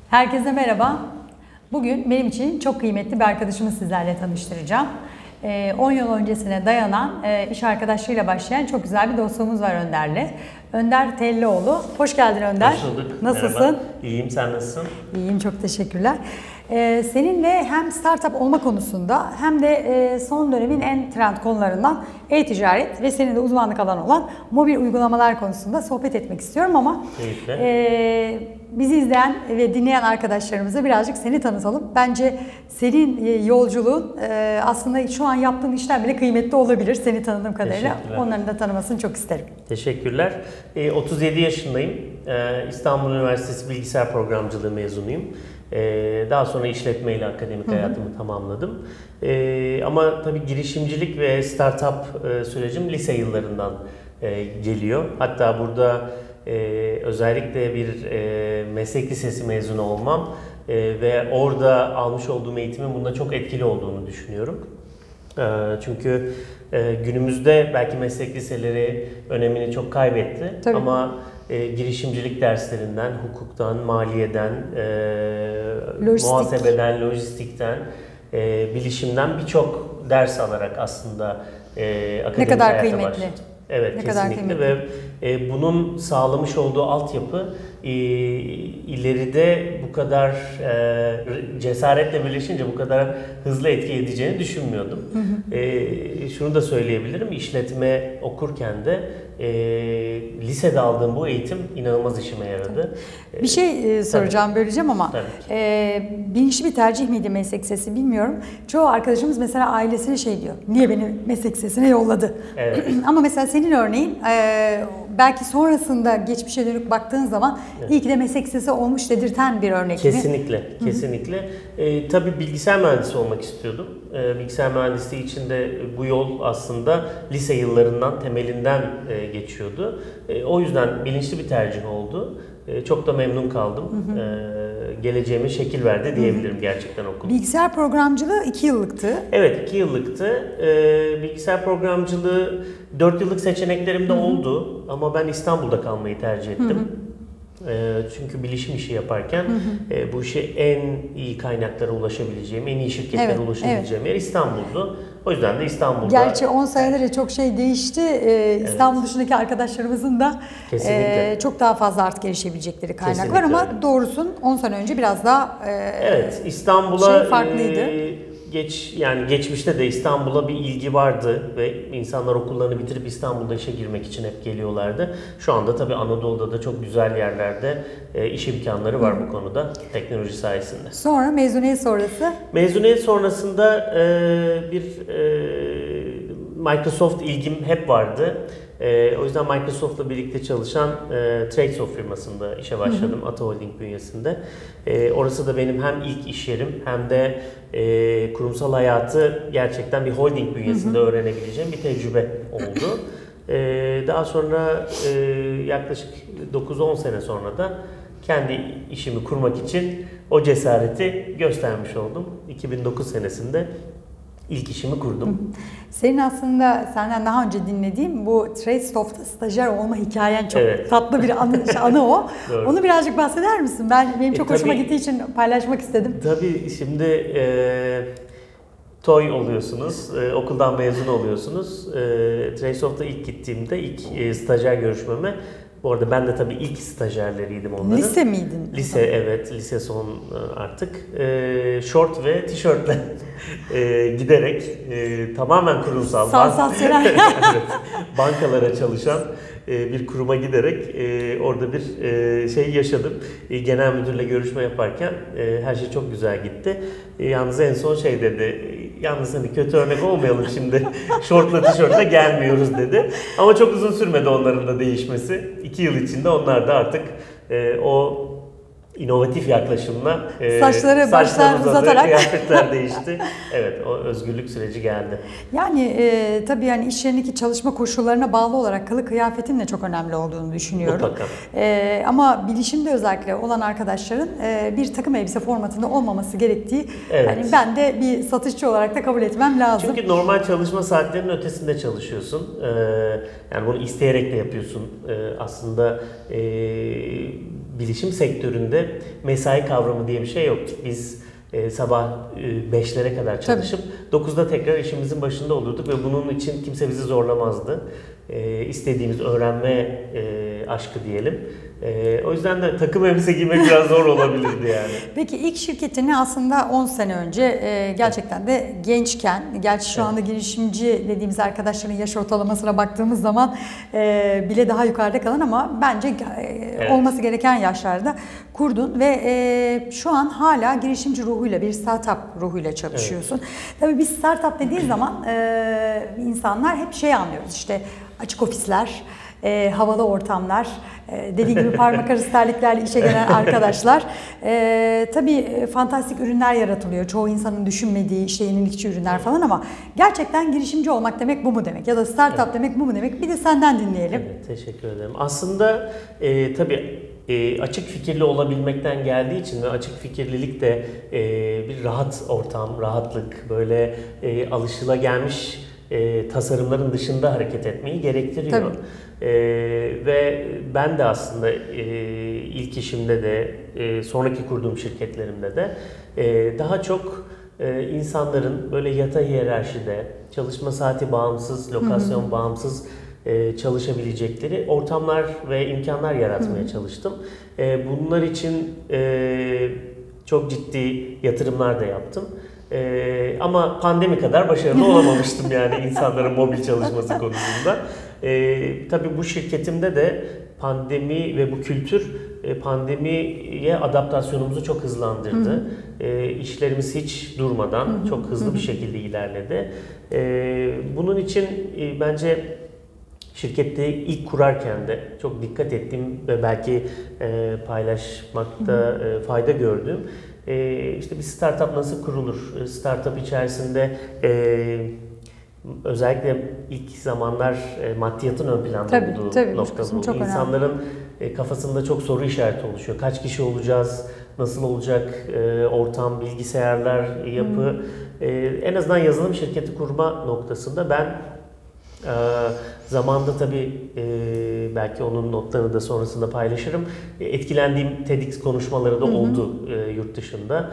Herkese merhaba. Bugün benim için çok kıymetli bir arkadaşımı sizlerle tanıştıracağım. 10 yıl öncesine dayanan iş arkadaşlığıyla başlayan çok güzel bir dostluğumuz var Önder'le. Önder Tellioğlu. Hoş geldin Önder. Hoş bulduk. Nasılsın? Merhaba. İyiyim, sen nasılsın? İyiyim, çok teşekkürler. Seninle hem startup olma konusunda hem de son dönemin en trend konularından e-ticaret ve senin de uzmanlık alanı olan mobil uygulamalar konusunda sohbet etmek istiyorum ama bizi izleyen ve dinleyen arkadaşlarımıza birazcık seni tanıtalım. Bence senin yolculuğun aslında şu an yaptığın işler bile kıymetli olabilir seni tanıdığım kadarıyla. Onların da tanımasını çok isterim. Teşekkürler. 37 yaşındayım. İstanbul Üniversitesi Bilgisayar Programcılığı mezunuyum. Daha sonra işletmeyle akademik hayatımı tamamladım. Ama tabii girişimcilik ve startup sürecim lise yıllarından geliyor. Hatta burada özellikle bir meslek lisesi mezunu olmam ve orada almış olduğum eğitimin bunda çok etkili olduğunu düşünüyorum. Çünkü günümüzde belki meslek liseleri önemini çok kaybetti. Tabii. Ama girişimcilik derslerinden, hukuktan, maliyeden, muhasebeden, lojistikten, bilişimden birçok ders alarak aslında akademik hayata başladım. Evet, ne kesinlikle ve bunun sağlamış olduğu altyapı ileride bu kadar cesaretle birleşince bu kadar hızlı etki edeceğini düşünmüyordum. Şunu da söyleyebilirim, işletme okurken de lisede aldığım bu eğitim inanılmaz işime yaradı. Bir şey soracağım, böleceğim ama bilinçli bir tercih miydi meslek lisesi bilmiyorum. Çoğu arkadaşımız mesela ailesine şey diyor, niye beni meslek lisesine yolladı? Evet. Ama mesela senin örneğin belki sonrasında geçmişe dönük baktığın zaman iyi ki de meslek lisesi olmuş dedirten bir örnek. Kesinlikle, kesinlikle. Tabii bilgisayar mühendisi olmak istiyordum. Bilgisayar mühendisliği için de bu yol aslında lise yıllarından, temelinden geçiyordu. O yüzden bilinçli bir tercih oldu. Çok da memnun kaldım. Geleceğime şekil verdi diyebilirim gerçekten okul. Bilgisayar programcılığı 2 yıllıktı. Evet, 2 yıllıktı. Bilgisayar programcılığı 4 yıllık seçeneklerimde oldu ama ben İstanbul'da kalmayı tercih ettim. Çünkü bilişim işi yaparken bu işe en iyi kaynaklara ulaşabileceğim, en iyi şirketlere ulaşabileceğim yer İstanbul'du. O yüzden de İstanbul'da... Gerçi 10 senedir çok şey değişti. İstanbul dışındaki arkadaşlarımızın da çok daha fazla artık erişebilecekleri kaynak var ama doğrusun 10 sene önce biraz daha evet, İstanbul'a farklıydı. Geçmişte de İstanbul'a bir ilgi vardı ve insanlar okullarını bitirip İstanbul'da işe girmek için hep geliyorlardı. Şu anda tabii Anadolu'da da çok güzel yerlerde iş imkanları var bu konuda teknoloji sayesinde. Sonra mezuniyet sonrası? Mezuniyet sonrasında bir Microsoft ilgim hep vardı. O yüzden Microsoft'la birlikte çalışan Tradesoft firmasında işe başladım. Ata Holding bünyesinde. Orası da benim hem ilk iş yerim hem de kurumsal hayatı gerçekten bir holding bünyesinde öğrenebileceğim bir tecrübe oldu. Daha sonra yaklaşık 9-10 sene sonra da kendi işimi kurmak için o cesareti göstermiş oldum. 2009 senesinde İlk işimi kurdum. Senin aslında senden daha önce dinlediğim bu Tradesoft'ta stajyer olma hikayen çok tatlı bir anı o. Onu birazcık bahseder misin? Benim çok hoşuma gittiği için paylaşmak istedim. Tabii şimdi TOY oluyorsunuz, okuldan mezun oluyorsunuz. Tradesoft'a ilk gittiğimde ilk stajyer görüşmeme, bu arada ben de tabii ilk stajyerleriydim onların. Lise miydin? Lise, evet. Lise son artık. Şort ve tişörtle giderek tamamen kurumsal. Sansasyonel. Evet, bankalara çalışan bir kuruma giderek orada bir şey yaşadım. Genel müdürle görüşme yaparken her şey çok güzel gitti. Yalnız en son şey dedi, yalnız hani kötü örnek olmayalım şimdi, şortla tişörtle gelmiyoruz dedi. Ama çok uzun sürmedi onların da değişmesi. 2 yıl içinde onlar da artık o inovatif yaklaşımla saçları başlar uzatarak kıyafetler değişti. Evet, o özgürlük süreci geldi. Yani tabii yani iş yerindeki çalışma koşullarına bağlı olarak kılık kıyafetin de çok önemli olduğunu düşünüyorum. Mutlaka. Ama bilişimde özellikle olan arkadaşların bir takım elbise formatında olmaması gerektiği yani ben de bir satışçı olarak da kabul etmem lazım. Çünkü normal çalışma saatlerinin ötesinde çalışıyorsun. Yani bunu isteyerek de yapıyorsun. Aslında bilişim sektöründe mesai kavramı diye bir şey yoktur. Biz sabah 5'lere kadar çalışıp 9'da tekrar işimizin başında olurduk ve bunun için kimse bizi zorlamazdı. İstediğimiz öğrenme aşkı diyelim. O yüzden de takım elbise giymek biraz zor olabilirdi yani. Peki ilk şirketini aslında 10 sene önce gerçekten de gençken, gerçi şu anda girişimci dediğimiz arkadaşların yaş ortalamasına baktığımız zaman bile daha yukarıda kalan ama bence olması gereken yaşlarda kurdun ve şu an hala girişimci ruhuyla, bir startup ruhuyla çalışıyorsun. Evet. Tabii biz startup dediği zaman insanlar hep şey anlıyoruz, işte açık ofisler, havalı ortamlar, dediğim gibi parmak arası terliklerle işe gelen arkadaşlar. Tabii fantastik ürünler yaratılıyor. Çoğu insanın düşünmediği işte yenilikçi ürünler falan ama gerçekten girişimci olmak demek bu mu demek? Ya da startup demek bu mu demek? Bir de senden dinleyelim. Evet, teşekkür ederim. Aslında tabii açık fikirli olabilmekten geldiği için ve açık fikirlilik de bir rahat ortam, rahatlık, böyle alışılagelmiş tasarımların dışında hareket etmeyi gerektiriyor. Ve ben de aslında ilk işimde de sonraki kurduğum şirketlerimde de daha çok insanların böyle yatay hiyerarşide çalışma saati bağımsız, lokasyon bağımsız çalışabilecekleri ortamlar ve imkanlar yaratmaya çalıştım. Bunlar için çok ciddi yatırımlar da yaptım. Ama pandemi kadar başarılı olamamıştım yani insanların mobil çalışması konusunda. Tabii bu şirketimde de pandemi ve bu kültür pandemiye adaptasyonumuzu çok hızlandırdı. İşlerimiz hiç durmadan çok hızlı bir şekilde ilerledi. Bunun için bence şirkette ilk kurarken de çok dikkat ettiğim ve belki paylaşmakta fayda gördüğüm işte bir startup nasıl kurulur? Startup içerisinde özellikle ilk zamanlar maddiyatın ön planda olduğu nokta bu. İnsanların kafasında çok soru işareti oluşuyor. Kaç kişi olacağız? Nasıl olacak? Ortam, bilgisayarlar, yapı. En azından yazılım şirketi kurma noktasında ben zamanda tabii belki onun notlarını da sonrasında paylaşırım. Etkilendiğim TEDx konuşmaları da oldu yurt dışında.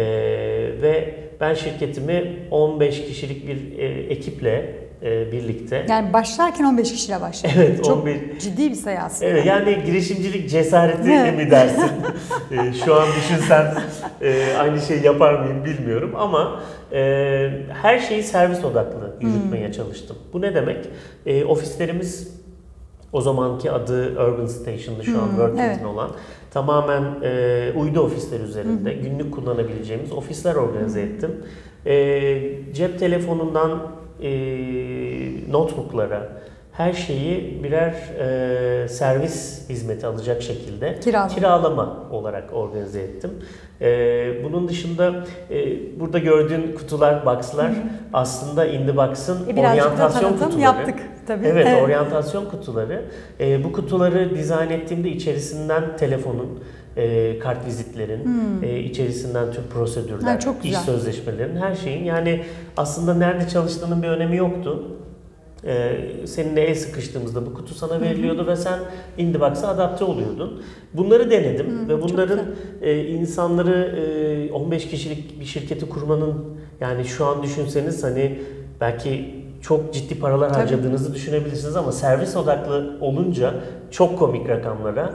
Ve ben şirketimi 15 kişilik bir ekiple birlikte. Yani başlarken 15 kişiyle başladı. Evet, çok ciddi bir sayı aslında. Evet, yani girişimcilik cesareti mi dersin? Şu an düşünsen aynı şeyi yapar mıyım bilmiyorum ama her şeyi servis odaklı yürütmeye çalıştım. Bu ne demek? Ofislerimiz o zamanki adı Urban Station'dı, şu an Workington olan. Tamamen uydu ofisler üzerinde günlük kullanabileceğimiz ofisler organize ettim. Cep telefonundan notebooklara, her şeyi birer servis hizmeti alacak şekilde kiralama olarak organize ettim. Bunun dışında burada gördüğün kutular, box'lar aslında IndieBox'ın oryantasyon kutuları. Yaptık tabii. Evet, oryantasyon kutuları. Bu kutuları dizayn ettiğimde içerisinden telefonun, kart vizitlerin, içerisinden tüm prosedürler, iş sözleşmelerin, her şeyin, yani aslında nerede çalıştığının bir önemi yoktu. Seninle el sıkıştığımızda bu kutu sana veriliyordu ve sen IndieBox'a adapte oluyordun. Bunları denedim ve bunların insanları 15 kişilik bir şirketi kurmanın, yani şu an düşünseniz hani belki çok ciddi paralar harcadığınızı düşünebilirsiniz ama servis odaklı olunca çok komik rakamlara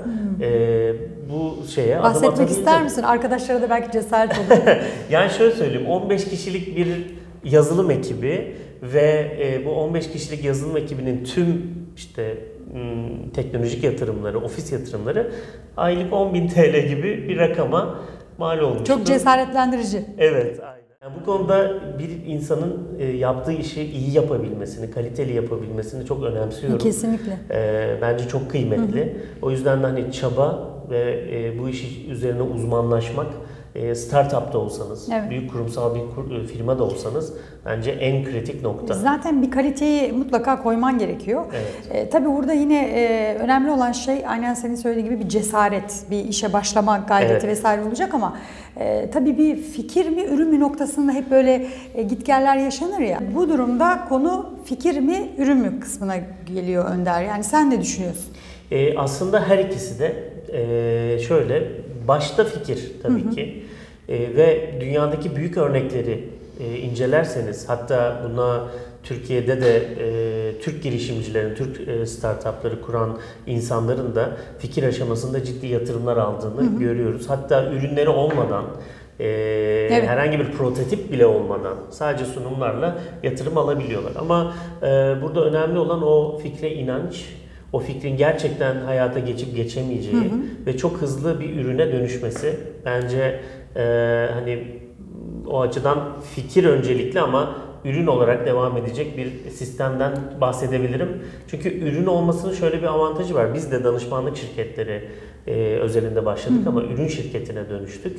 bu şeye adım atabiliriz. Bahsetmek ister misin? Arkadaşlara da belki cesaret olur. Yani şöyle söyleyeyim, 15 kişilik bir yazılım ekibi ve bu 15 kişilik yazılım ekibinin tüm işte teknolojik yatırımları, ofis yatırımları aylık 10.000 TL gibi bir rakama mal olmuştu. Çok cesaretlendirici. Evet, aynen. Yani bu konuda bir insanın yaptığı işi iyi yapabilmesini, kaliteli yapabilmesini çok önemsiyorum. Kesinlikle. Bence çok kıymetli. O yüzden de hani çaba ve bu işi üzerine uzmanlaşmak, startup'ta olsanız, büyük kurumsal bir firma da olsanız bence en kritik nokta. Zaten bir kaliteyi mutlaka koyman gerekiyor. Evet. Tabii burada yine önemli olan şey aynen senin söylediğin gibi bir cesaret, bir işe başlama gayreti vesaire olacak ama tabii bir fikir mi, ürün mü noktasında hep böyle gitgeller yaşanır ya. Bu durumda konu fikir mi, ürün mü kısmına geliyor Önder. Yani sen ne düşünüyorsun? Aslında her ikisi de şöyle, başta fikir tabii ki ve dünyadaki büyük örnekleri incelerseniz, hatta buna Türkiye'de de Türk girişimcilerin, Türk startupları kuran insanların da fikir aşamasında ciddi yatırımlar aldığını görüyoruz. Hatta ürünleri olmadan, Evet. herhangi bir prototip bile olmadan sadece sunumlarla yatırım alabiliyorlar. Ama burada önemli olan o fikre inanç, o fikrin gerçekten hayata geçip geçemeyeceği ve çok hızlı bir ürüne dönüşmesi. Bence hani o açıdan fikir öncelikli ama ürün olarak devam edecek bir sistemden bahsedebilirim. Çünkü ürün olmasının şöyle bir avantajı var. Biz de danışmanlık şirketleri özelinde başladık ama ürün şirketine dönüştük.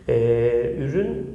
Ürün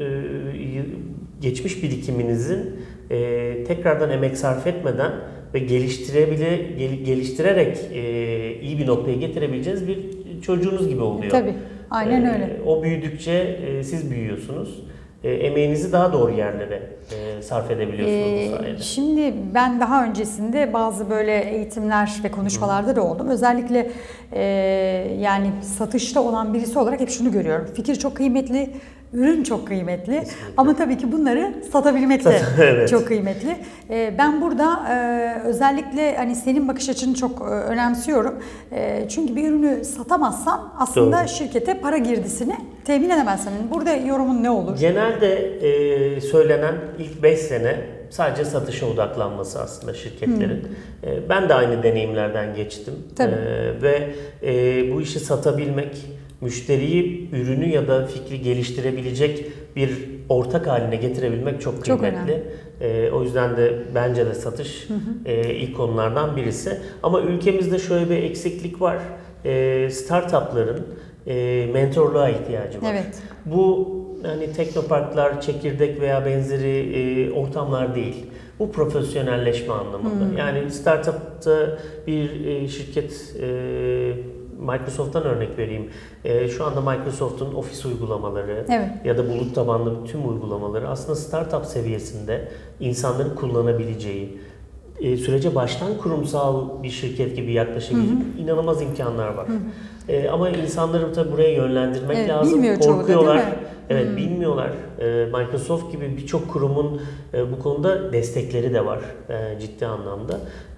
geçmiş birikiminizin tekrardan emek sarf etmeden ve geliştirerek iyi bir noktaya getirebileceğiniz bir çocuğunuz gibi oluyor. Tabii, aynen öyle. O büyüdükçe siz büyüyorsunuz. Emeğinizi daha doğru yerlere sarf edebiliyorsunuz bu sayede. Şimdi ben daha öncesinde bazı böyle eğitimler ve konuşmalarda da oldum. Özellikle yani satışta olan birisi olarak hep şunu görüyorum. Fikir çok kıymetli, ürün çok kıymetli. Kesinlikle. Ama tabii ki bunları satabilmek de Evet. çok kıymetli. Ben burada özellikle hani senin bakış açını çok önemsiyorum. Çünkü bir ürünü satamazsan aslında Doğru. şirkete para girdisini temin edemezsin. Burada yorumun ne olur? Genelde söylenen ilk 5 sene sadece satışa odaklanması aslında şirketlerin. Ben de aynı deneyimlerden geçtim. Tabii. Ve bu işi satabilmek, müşteriyi ürünü ya da fikri geliştirebilecek bir ortak haline getirebilmek çok Çok kıymetli. O yüzden de bence de satış ilk konulardan birisi. Ama ülkemizde şöyle bir eksiklik var. Startupların mentorluğa ihtiyacı var. Evet. Bu hani teknoparklar, çekirdek veya benzeri ortamlar değil. Bu profesyonelleşme anlamında. Yani startupta bir şirket, Microsoft'tan örnek vereyim. Şu anda Microsoft'un ofis uygulamaları Evet. ya da bulut tabanlı tüm uygulamaları aslında startup seviyesinde insanların kullanabileceği, sürece baştan kurumsal bir şirket gibi yaklaşabilecek inanılmaz imkanlar var. Ama insanları tabii buraya yönlendirmek Evet, lazım. bilmiyor çoğu da, Korkuyorlar. değil mi? Evet, bilmiyorlar. Microsoft gibi birçok kurumun bu konuda destekleri de var ciddi anlamda.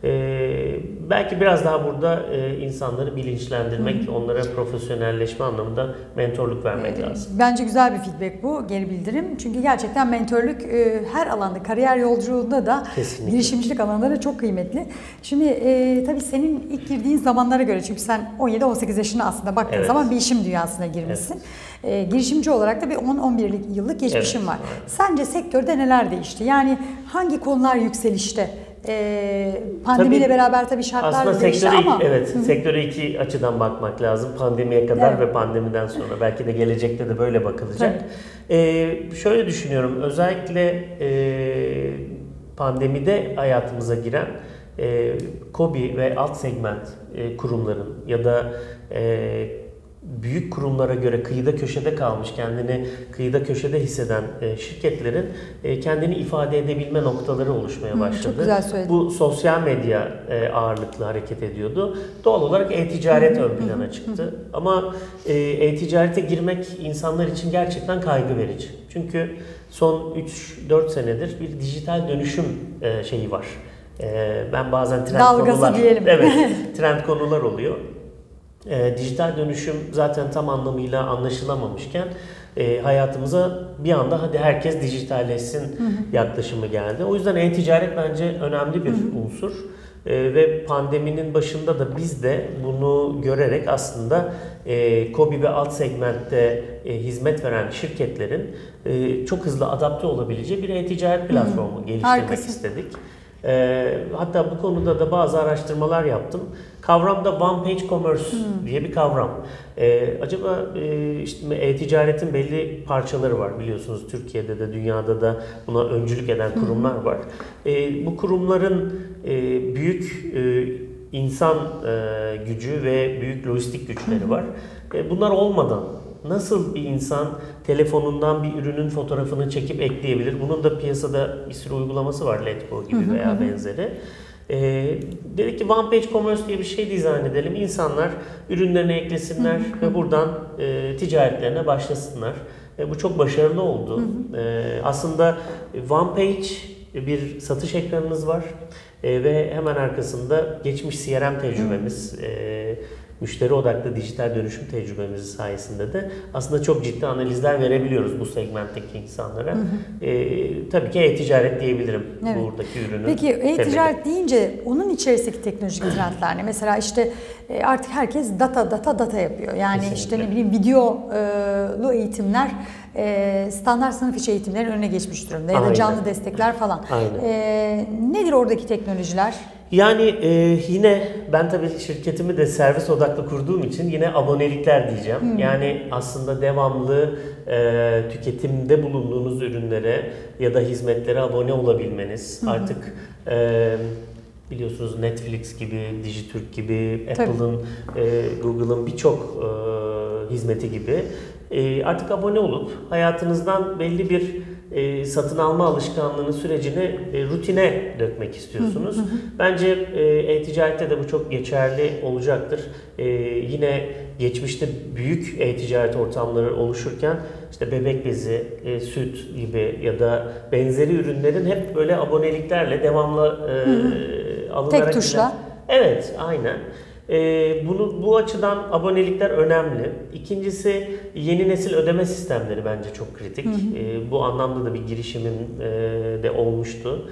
Belki biraz daha burada insanları bilinçlendirmek, onlara profesyonelleşme anlamında mentorluk vermek lazım. Bence güzel bir feedback bu, geri bildirim. Çünkü gerçekten mentörlük her alanda, kariyer yolculuğunda da Kesinlikle. girişimcilik alanları çok kıymetli. Şimdi tabii senin ilk girdiğin zamanlara göre, çünkü sen 17-18 yaşında aslında baktığın Evet. zaman bir işim dünyasına girmişsin. Girişimci olarak da bir 10-11 yıllık geçmişim Evet, var. evet. Sence sektörde neler değişti? Yani hangi konular yükselişte? Pandemiyle beraber tabii şartlar Aslında değişti sektöre, ama... sektöre iki açıdan bakmak lazım. Pandemiye kadar Evet. ve pandemiden sonra. Belki de gelecekte de böyle bakılacak. Şöyle düşünüyorum. Özellikle pandemide hayatımıza giren KOBİ ve alt segment kurumların ya da büyük kurumlara göre kıyıda köşede kalmış, kendini kıyıda köşede hisseden şirketlerin kendini ifade edebilme noktaları oluşmaya başladı. Çok güzel söyledin. Bu sosyal medya ağırlıklı hareket ediyordu. Doğal olarak e-ticaret ön plana çıktı. Ama e-ticarete girmek insanlar için gerçekten kaygı verici. Çünkü son 3-4 senedir bir dijital dönüşüm şeyi var. Ben bazen trend Dalgası konular, diyelim. evet, trend konular oluyor. Dijital dönüşüm zaten tam anlamıyla anlaşılamamışken hayatımıza bir anda hadi herkes dijitalleşsin yaklaşımı geldi. O yüzden e-ticaret bence önemli bir unsur. Ve pandeminin başında da biz de bunu görerek aslında KOBİ ve alt segmentte hizmet veren şirketlerin çok hızlı adapte olabileceği bir e-ticaret platformu geliştirmek Harikasın. istedik. Hatta bu konuda da bazı araştırmalar yaptım. Kavram da One Page Commerce diye bir kavram. Acaba işte e-ticaretin belli parçaları var biliyorsunuz. Türkiye'de de dünyada da buna öncülük eden kurumlar var. Bu kurumların büyük insan gücü ve büyük lojistik güçleri var. Bunlar olmadan nasıl bir insan telefonundan bir ürünün fotoğrafını çekip ekleyebilir? Bunun da piyasada bir sürü uygulaması var, Letgo gibi veya benzeri. Dedik ki One Page Commerce diye bir şey dizayn edelim. İnsanlar ürünlerini eklesinler ve buradan ticaretlerine başlasınlar. Bu çok başarılı oldu. Aslında One Page bir satış ekranınız var ve hemen arkasında geçmiş CRM tecrübemiz, müşteri odaklı dijital dönüşüm tecrübemiz sayesinde de aslında çok ciddi analizler verebiliyoruz bu segmentteki insanlara. Tabii ki e-ticaret diyebilirim buradaki ürünün. Peki e-ticaret deyince onun içerisindeki teknolojik trendler ne? Mesela işte artık herkes data yapıyor. Yani Kesinlikle. işte ne bileyim videolu eğitimler standart sınıf içi eğitimlerin önüne geçmiş durumda ya da Aynen. canlı destekler falan. Nedir oradaki teknolojiler? Yani yine ben tabii şirketimi de servis odaklı kurduğum için yine abonelikler diyeceğim. Yani aslında devamlı tüketimde bulunduğunuz ürünlere ya da hizmetlere abone olabilmeniz. Artık biliyorsunuz Netflix gibi, Dijitürk gibi, Apple'ın, Google'ın birçok hizmeti gibi artık abone olup hayatınızdan belli bir satın alma alışkanlığını, sürecini rutine dökmek istiyorsunuz. Bence e-ticarette de bu çok geçerli olacaktır. Yine geçmişte büyük e-ticaret ortamları oluşurken işte bebek bezi, süt gibi ya da benzeri ürünlerin hep böyle aboneliklerle devamlı alınarak... Tek tuşla. Evet, aynen. Bu açıdan abonelikler önemli. İkincisi yeni nesil ödeme sistemleri bence çok kritik. Bu anlamda da bir girişimim de olmuştu.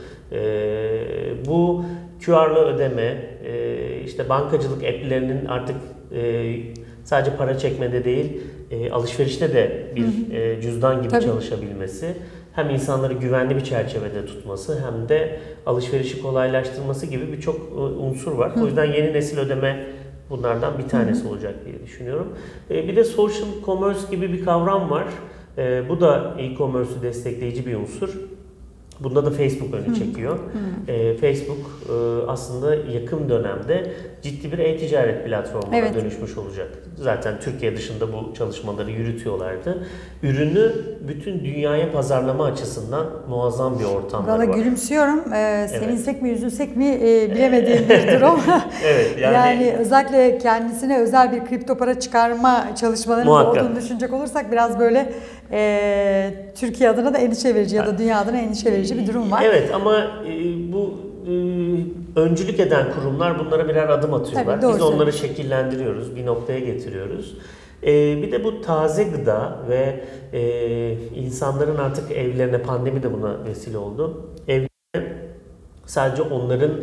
Bu QR'lı ödeme, işte bankacılık app'lerinin artık sadece para çekmede değil, alışverişte de bir cüzdan gibi çalışabilmesi. Hem insanları güvenli bir çerçevede tutması hem de alışverişi kolaylaştırması gibi birçok unsur var. O yüzden yeni nesil ödeme bunlardan bir tanesi olacak diye düşünüyorum. Bir de social commerce gibi bir kavram var. Bu da e-commerce'ü destekleyici bir unsur. Bunda da Facebook öne çekiyor. Facebook aslında yakın dönemde ciddi bir e-ticaret platformuna dönüşmüş olacak. Zaten Türkiye dışında bu çalışmaları yürütüyorlardı. Ürünü bütün dünyaya pazarlama açısından muazzam bir ortamları var. Valla gülümsüyorum. Sevinsek mi üzülsek mi bilemediğim bir durum. Evet, yani özellikle kendisine özel bir kripto para çıkarma çalışmalarının olduğunu düşünecek olursak biraz böyle Türkiye adına da endişe verici ya da dünya adına endişe verici bir durum var. Evet ama bu öncülük eden kurumlar bunlara birer adım atıyorlar. Tabii, biz onları şekillendiriyoruz, bir noktaya getiriyoruz. Bir de bu taze gıda ve insanların artık evlerine, pandemi de buna vesile oldu. Evlerine sadece onların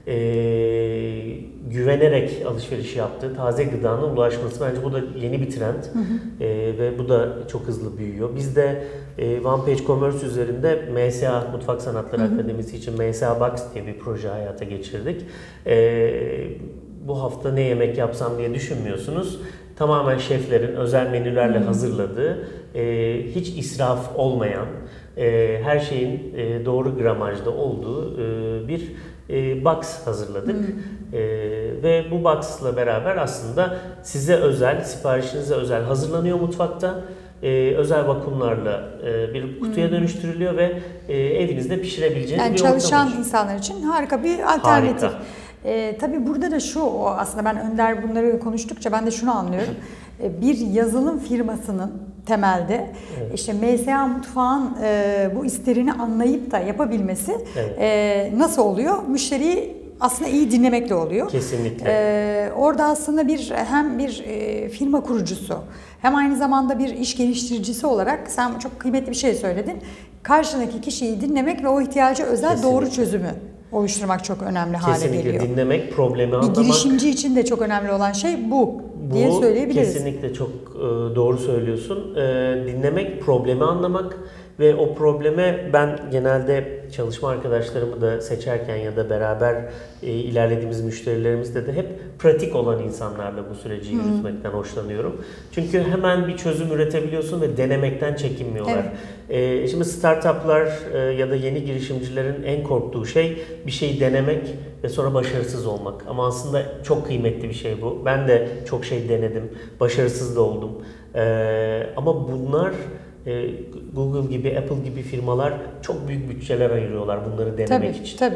güvenerek alışveriş yaptığı taze gıdanın ulaşması, bence bu da yeni bir trend. Ve bu da çok hızlı büyüyor. Biz de One Page Commerce üzerinde MSA Mutfak Sanatları Akademisi için MSA Box diye bir proje hayata geçirdik. Bu hafta ne yemek yapsam diye düşünmüyorsunuz. Tamamen şeflerin özel menülerle hazırladığı, hiç israf olmayan, her şeyin doğru gramajda olduğu bir box hazırladık. Ve bu box'la beraber aslında size özel, siparişinize özel hazırlanıyor mutfakta. Özel vakumlarla bir kutuya dönüştürülüyor ve evinizde pişirebileceğiniz yani bir ortam çalışan oluşuyor. insanlar için harika bir alternatif. Tabii burada da şu, aslında ben Önder bunları konuştukça ben de şunu anlıyorum. Bir yazılım firmasının temelde işte MSA Mutfağın bu isterini anlayıp da yapabilmesi nasıl oluyor? Müşteriyi aslında iyi dinlemekle oluyor. Kesinlikle. Orada aslında hem bir firma kurucusu hem aynı zamanda bir iş geliştiricisi olarak sen çok kıymetli bir şey söyledin. Karşındaki kişiyi dinlemek ve o ihtiyacı özel doğru çözümü oluşturmak çok önemli hale geliyor. Kesinlikle dinlemek, problemi anlamak. Bir girişimci için de çok önemli olan şey bu diye söyleyebiliriz. Kesinlikle çok doğru söylüyorsun. Dinlemek, problemi anlamak ve o probleme ben genelde çalışma arkadaşlarımı da seçerken ya da beraber ilerlediğimiz müşterilerimizde de hep pratik olan insanlarla bu süreci yürütmekten hoşlanıyorum. Çünkü hemen bir çözüm üretebiliyorsun ve denemekten çekinmiyorlar. Şimdi startuplar ya da yeni girişimcilerin en korktuğu şey bir şeyi denemek ve sonra başarısız olmak. Ama aslında çok kıymetli bir şey bu. Ben de çok şey denedim, başarısız da oldum. Ama bunlar Google gibi, Apple gibi firmalar çok büyük bütçeler ayırıyorlar bunları denemek için. Tabii.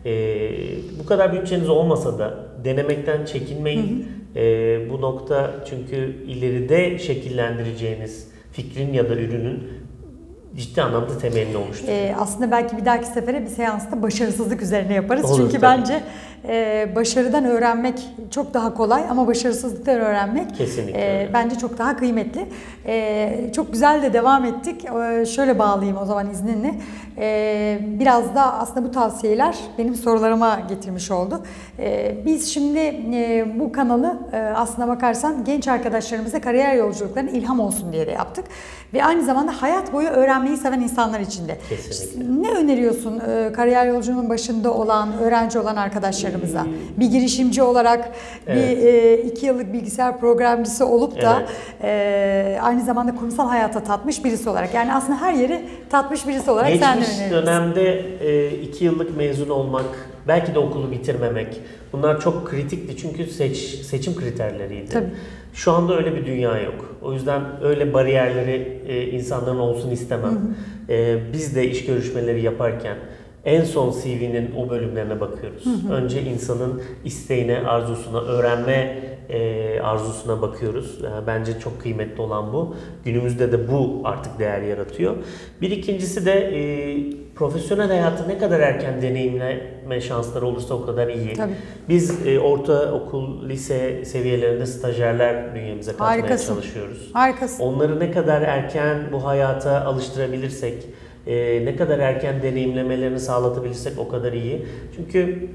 Bu kadar bütçeniz olmasa da denemekten çekinmeyin. Bu nokta çünkü ileride şekillendireceğiniz fikrin ya da ürünün ciddi anlamda temelini oluşturuyor. Aslında belki bir dahaki sefere bir seansta başarısızlık üzerine yaparız. Olur, Çünkü tabii. bence başarıdan öğrenmek çok daha kolay ama başarısızlıktan öğrenmek Kesinlikle. bence çok daha kıymetli. Çok güzel de devam ettik. Şöyle bağlayayım o zaman izninle. Biraz da aslında bu tavsiyeler benim sorularıma getirmiş oldu. Biz şimdi bu kanalı aslına bakarsan genç arkadaşlarımıza kariyer yolculuklarına ilham olsun diye de yaptık. Ve aynı zamanda hayat boyu öğrenmeyi seven insanlar için de. Kesinlikle. Ne öneriyorsun kariyer yolculuğunun başında olan, öğrenci olan arkadaşlarımıza? Bir girişimci olarak, bir 2 yıllık bilgisayar programcısı olup da aynı zamanda kurumsal hayata tatmış birisi olarak. Yani aslında her yeri tatmış birisi olarak sen de Geçmiş öneriyorsun. dönemde 2 yıllık mezun olmak, belki de okulu bitirmemek, bunlar çok kritikti çünkü seçim kriterleriydi. Tabii. Şu anda öyle bir dünya yok. O yüzden öyle bariyerleri insanların olsun istemem. Biz de iş görüşmeleri yaparken en son CV'nin o bölümlerine bakıyoruz. Önce insanın isteğine, arzusuna, öğrenme arzusuna bakıyoruz. Bence çok kıymetli olan bu. Günümüzde de bu artık değer yaratıyor. Bir ikincisi de profesyonel hayatı ne kadar erken deneyimleme şansları olursa o kadar iyi. Tabii. Biz ortaokul, lise seviyelerinde stajyerler bünyemize katmaya Harikasın. çalışıyoruz. Harikasın. Onları ne kadar erken bu hayata alıştırabilirsek, ne kadar erken deneyimlemelerini sağlatabilirsek o kadar iyi. Çünkü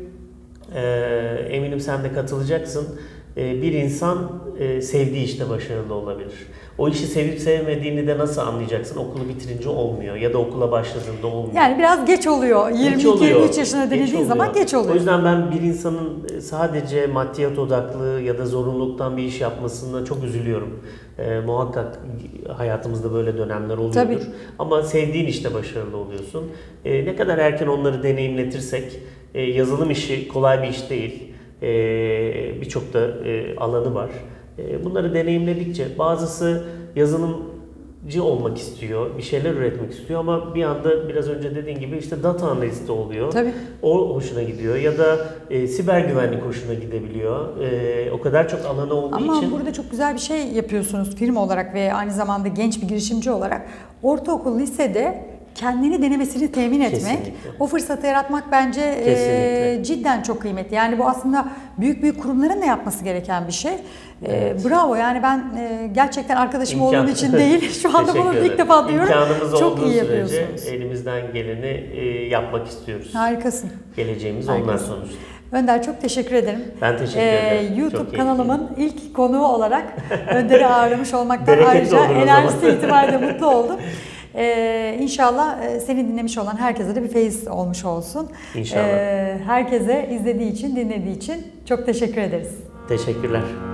eminim sen de katılacaksın. Bir insan sevdiği işte başarılı olabilir. O işi sevip sevmediğini de nasıl anlayacaksın? Okulu bitirince olmuyor ya da okula başladığında olmuyor. Yani biraz geç oluyor. 22-23 yaşına denildiği zaman geç oluyor. O yüzden ben bir insanın sadece maddiyat odaklı ya da zorunluluktan bir iş yapmasına çok üzülüyorum. Muhakkak hayatımızda böyle dönemler oluyordur. Tabii. Ama sevdiğin işte başarılı oluyorsun. Ne kadar erken onları deneyimletirsek, yazılım işi kolay bir iş değil. Birçok da alanı var. Bunları deneyimledikçe bazısı yazılımcı olmak istiyor, bir şeyler üretmek istiyor ama bir anda biraz önce dediğin gibi işte data analisti oluyor. Tabii. O hoşuna gidiyor ya da siber güvenlik hoşuna gidebiliyor. O kadar çok alanı olduğu Ama için. burada çok güzel bir şey yapıyorsunuz firma olarak ve aynı zamanda genç bir girişimci olarak. Ortaokul, lisede kendini denemesini temin etmek, Kesinlikle. o fırsatı yaratmak bence Kesinlikle. cidden çok kıymetli. Yani bu aslında büyük kurumların da yapması gereken bir şey. Evet. Bravo, yani ben gerçekten arkadaşım olduğum için değil, şu anda Teşekkür bunu ederim. ilk defa duyuyorum. İmkanımız Çok olduğu iyi sürece yapıyorsunuz. elimizden geleni yapmak istiyoruz. Harikasın. Geleceğimiz onlar Harikasın. sonuçta. Önder, çok teşekkür ederim. Ben teşekkür ederim. Çok YouTube keyifliydi. kanalımın ilk konuğu olarak Önder'i ağırlamış olmaktan Bereketli ayrıca olur o zaman. enerjisi itibariyle mutlu oldum. İnşallah seni dinlemiş olan herkese de bir feyiz olmuş olsun. İnşallah. Herkese izlediği için, dinlediği için çok teşekkür ederiz. Teşekkürler.